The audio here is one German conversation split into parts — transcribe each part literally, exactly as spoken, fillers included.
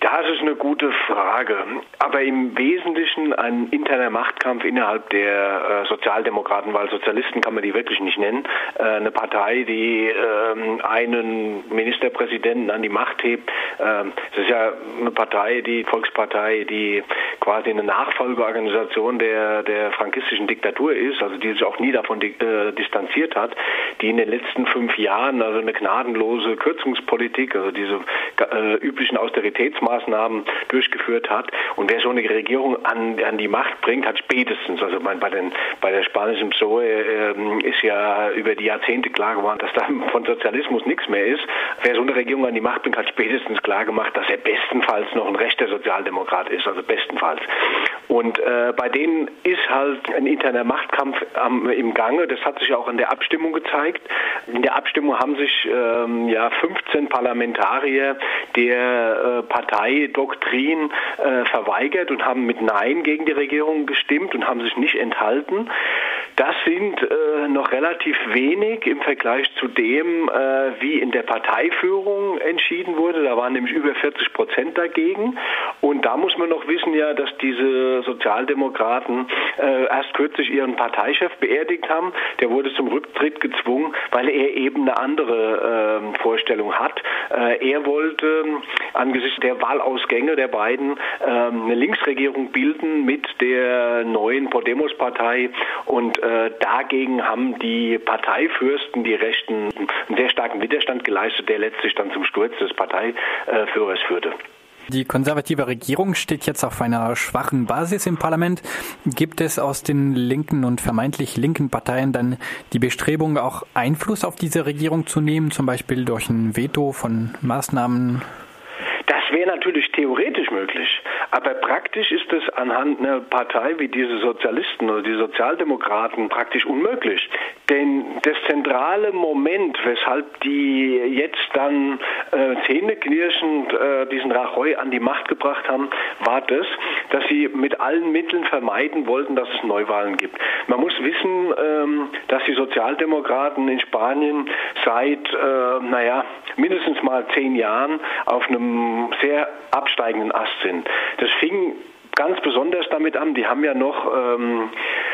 Das ist eine gute Frage. Aber im Wesentlichen ein interner Machtkampf innerhalb der äh, Sozialdemokraten, weil Sozialisten kann man die wirklich nicht nennen. Äh, eine Partei, die äh, einen Ministerpräsidenten an die Macht hebt. Äh, es ist ja eine Partei, die Volkspartei, die quasi eine Nachfolgeorganisation der, der frankistischen Diktatur ist, also die sich auch nie davon di- äh, distanziert hat, die in den letzten fünf Jahren also eine gnadenlose Kürzungspolitik, also diese äh, üblichen Austeritätsmaßnahmen durchgeführt hat. Und wer so eine Regierung an, an die Macht bringt, hat spätestens, also mein, bei, den, bei der spanischen P S O E äh, ist ja über die Jahrzehnte klar geworden, dass da von Sozialismus nichts mehr ist. Wer so eine Regierung an die Macht bringt, hat spätestens klar gemacht, dass er bestenfalls noch ein rechter Sozialdemokrat ist, also bestenfalls. Und äh, bei denen ist halt ein interner Machtkampf am, im Gange. Das hat sich auch in der Abstimmung gezeigt. In der Abstimmung haben sich ähm, ja fünfzehn Parlamentarier der äh, Parteidoktrin äh, verweigert und haben mit Nein gegen die Regierung gestimmt und haben sich nicht enthalten. Das sind äh, noch relativ wenig im Vergleich zu dem, äh, wie in der Parteiführung entschieden wurde. Da waren nämlich über vierzig Prozent dagegen. Und da muss man noch wissen, ja, dass diese Sozialdemokraten äh, erst kürzlich ihren Parteichef beerdigt haben. Der wurde zum Rücktritt gezwungen, weil er eben eine andere äh, Vorstellung hat. Äh, er wollte äh, angesichts der Wahlausgänge der beiden äh, eine Linksregierung bilden mit der neuen Podemos-Partei und äh, dagegen haben die Parteifürsten, die Rechten, einen sehr starken Widerstand geleistet, der letztlich dann zum Sturz des Parteiführers führte. Die konservative Regierung steht jetzt auf einer schwachen Basis im Parlament. Gibt es aus den linken und vermeintlich linken Parteien dann die Bestrebung, auch Einfluss auf diese Regierung zu nehmen, zum Beispiel durch ein Veto von Maßnahmen? Das wäre natürlich theoretisch möglich, aber praktisch ist es anhand einer Partei wie diese Sozialisten oder die Sozialdemokraten praktisch unmöglich. Denn das zentrale Moment, weshalb die jetzt dann äh, zähneknirschend äh, diesen Rajoy an die Macht gebracht haben, war das, dass sie mit allen Mitteln vermeiden wollten, dass es Neuwahlen gibt. Man muss wissen, ähm, dass die Sozialdemokraten in Spanien seit, äh, naja, mindestens mal zehn Jahren auf einem sehr absteigenden Ast sind. Das fing ganz besonders damit an, die haben ja noch ähm,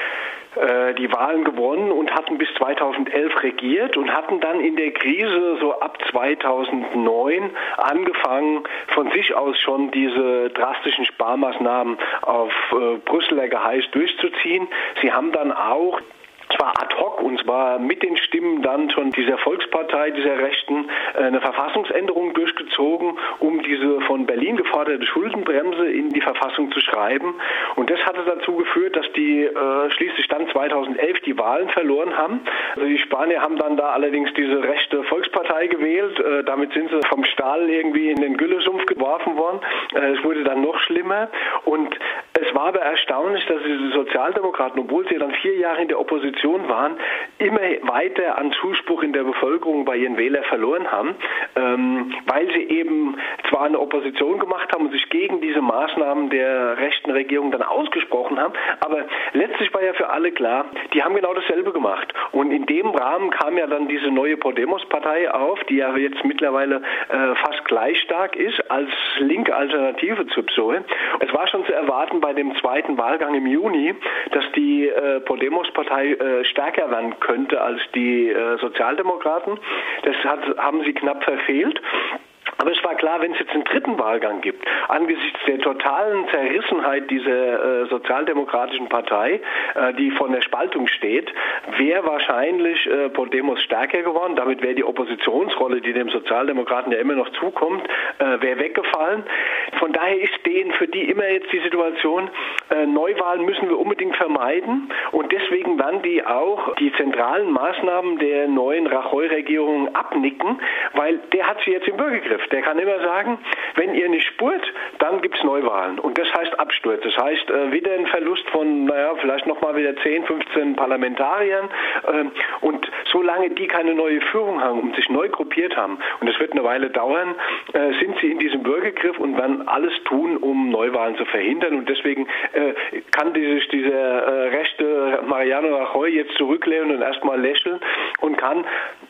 äh, die Wahlen gewonnen und hatten bis zweitausendelf regiert und hatten dann in der Krise so ab zweitausendneun angefangen, von sich aus schon diese drastischen Sparmaßnahmen auf äh, Brüsseler Geheiß durchzuziehen. Sie haben dann auch zwar ad hoc und zwar mit den Stimmen dann schon dieser Volkspartei, dieser Rechten, eine Verfassungsänderung durchgezogen, um diese von Berlin geforderte Schuldenbremse in die Verfassung zu schreiben. Und das hatte dazu geführt, dass die äh, schließlich dann zweitausendelf die Wahlen verloren haben. Also die Spanier haben dann da allerdings diese rechte Volkspartei gewählt. Äh, damit sind sie vom Stahl irgendwie in den Güllesumpf geworfen worden. Äh, es wurde dann noch schlimmer. Und es war aber erstaunlich, dass diese Sozialdemokraten, obwohl sie dann vier Jahre in der Opposition waren, immer weiter an Zuspruch in der Bevölkerung bei ihren Wählern verloren haben, ähm, weil sie eben zwar eine Opposition gemacht haben und sich gegen diese Maßnahmen der rechten Regierung dann ausgesprochen haben, aber letztlich war ja für alle klar, die haben genau dasselbe gemacht. Und in dem Rahmen kam ja dann diese neue Podemos-Partei auf, die ja jetzt mittlerweile äh, fast gleich stark ist als linke Alternative zur P S O E. Es war schon zu erwarten bei dem zweiten Wahlgang im Juni, dass die äh, Podemos-Partei äh, stärker werden könnte als die äh, Sozialdemokraten. Das hat, haben sie knapp verfehlt. Aber es war klar, wenn es jetzt einen dritten Wahlgang gibt, angesichts der totalen Zerrissenheit dieser äh, sozialdemokratischen Partei, äh, die von der Spaltung steht, wäre wahrscheinlich äh, Podemos stärker geworden. Damit wäre die Oppositionsrolle, die dem Sozialdemokraten ja immer noch zukommt, äh, wäre weggefallen. Von daher ist denen für die immer jetzt die Situation, äh, Neuwahlen müssen wir unbedingt vermeiden. Und deswegen werden die auch die zentralen Maßnahmen der neuen Rajoy-Regierung abnicken, weil der hat sie jetzt im Bürgergriff. Der kann immer sagen, wenn ihr nicht spurt, dann gibt es Neuwahlen. Und das heißt Absturz. Das heißt äh, wieder ein Verlust von, naja, vielleicht nochmal wieder zehn, fünfzehn Parlamentariern. Äh, und solange die keine neue Führung haben und sich neu gruppiert haben, und das wird eine Weile dauern, äh, sind sie in diesem Bürgergriff und werden alles tun, um Neuwahlen zu verhindern. Und deswegen äh, kann die sich dieser äh, rechte Mariano Rajoy jetzt zurücklehnen und erstmal lächeln und kann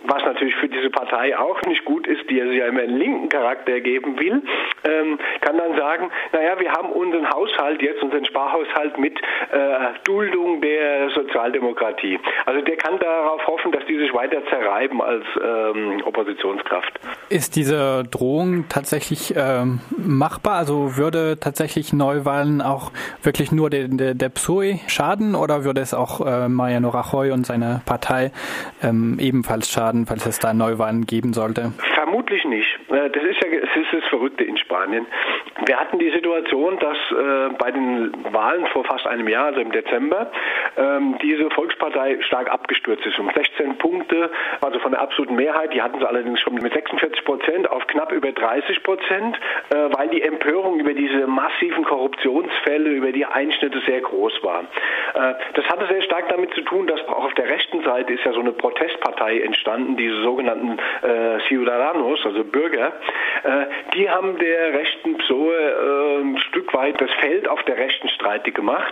was natürlich für diese Partei auch nicht gut ist, die ja sich ja immer einen linken Charakter geben will, ähm, kann dann sagen, naja, wir haben unseren Haushalt jetzt, unseren Sparhaushalt mit äh, Duldung der Sozialdemokratie. Also der kann darauf hoffen, dass die sich weiter zerreiben als ähm, Oppositionskraft. Ist diese Drohung tatsächlich ähm, machbar? Also würde tatsächlich Neuwahlen auch wirklich nur der, der, der P S O E schaden oder würde es auch äh, Mariano Rajoy und seine Partei ähm, ebenfalls schaden, falls es da Neuwahlen geben sollte? Vermutlich nicht. Das ist ja das, ist das Verrückte in Spanien. Wir hatten die Situation, dass äh, bei den Wahlen vor fast einem Jahr, also im Dezember, ähm, diese Volkspartei stark abgestürzt ist. Um sechzehn Punkte, also von der absoluten Mehrheit, die hatten sie allerdings schon mit sechsundvierzig Prozent auf knapp über dreißig Prozent, äh, weil die Empörung über diese massiven Korruptionsfälle, über die Einschnitte sehr groß war. Äh, das hatte sehr stark damit zu tun, dass auch auf der rechten Seite ist ja so eine Protestpartei entstanden, diese sogenannten äh, Ciudadanos, also Bürger. Äh, die haben der rechten P S O E äh, ein Stück weit das Feld auf der Rechten streitig gemacht.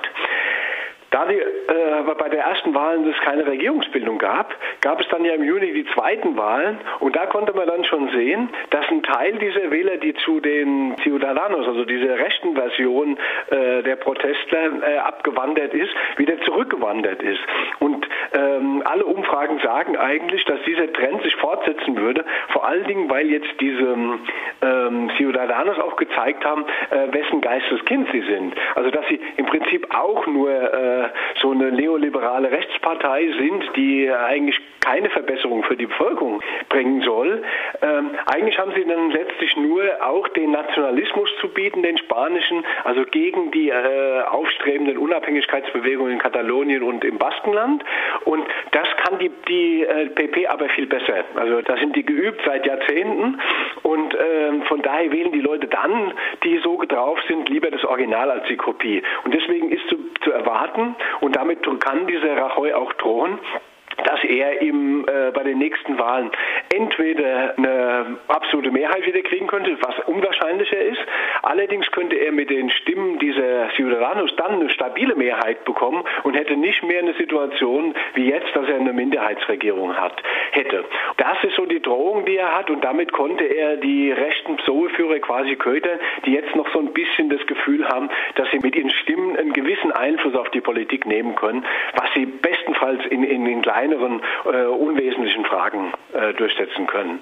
Da die, äh, bei der ersten Wahlen es keine Regierungsbildung gab, gab es dann ja im Juni die zweiten Wahlen und da konnte man dann schon sehen, dass ein Teil dieser Wähler, die zu den Ciudadanos, also dieser rechten Version äh, der Protestler äh, abgewandert ist, wieder zurückgewandert ist. Und ähm, alle Umfragen sagen eigentlich, dass dieser Trend sich fortsetzen würde, vor allen Dingen, weil jetzt diese ähm, Ciudadanos auch gezeigt haben, äh, wessen Geisteskind sie sind. Also dass sie im Prinzip auch nur äh, so eine neoliberale Rechtspartei sind, die eigentlich keine Verbesserung für die Bevölkerung bringen soll. Ähm, eigentlich haben sie dann letztlich nur auch den Nationalismus zu bieten, den spanischen, also gegen die äh, aufstrebenden Unabhängigkeitsbewegungen in Katalonien und im Baskenland. Und das kann die, die äh, P P aber viel besser. Also da sind die geübt seit Jahrzehnten und äh, von daher wählen die Leute dann, die so drauf sind, lieber das Original als die Kopie. Und deswegen ist zu, zu erwarten, und damit kann dieser Rajoy auch drohen, dass er im, äh, bei den nächsten Wahlen entweder eine absolute Mehrheit wieder kriegen könnte, was unwahrscheinlicher ist. Allerdings könnte er mit den Stimmen dieser Ciudadanos dann eine stabile Mehrheit bekommen und hätte nicht mehr eine Situation wie jetzt, dass er eine Minderheitsregierung hat, hätte. Das ist so die Drohung, die er hat, und damit konnte er die rechten P S O E-Führer quasi ködern, die jetzt noch so ein bisschen das Gefühl haben, dass sie mit ihren Stimmen einen gewissen Einfluss auf die Politik nehmen können, was sie bestenfalls in, in den kleineren, äh, unwesentlichen Fragen äh, durchsetzen können.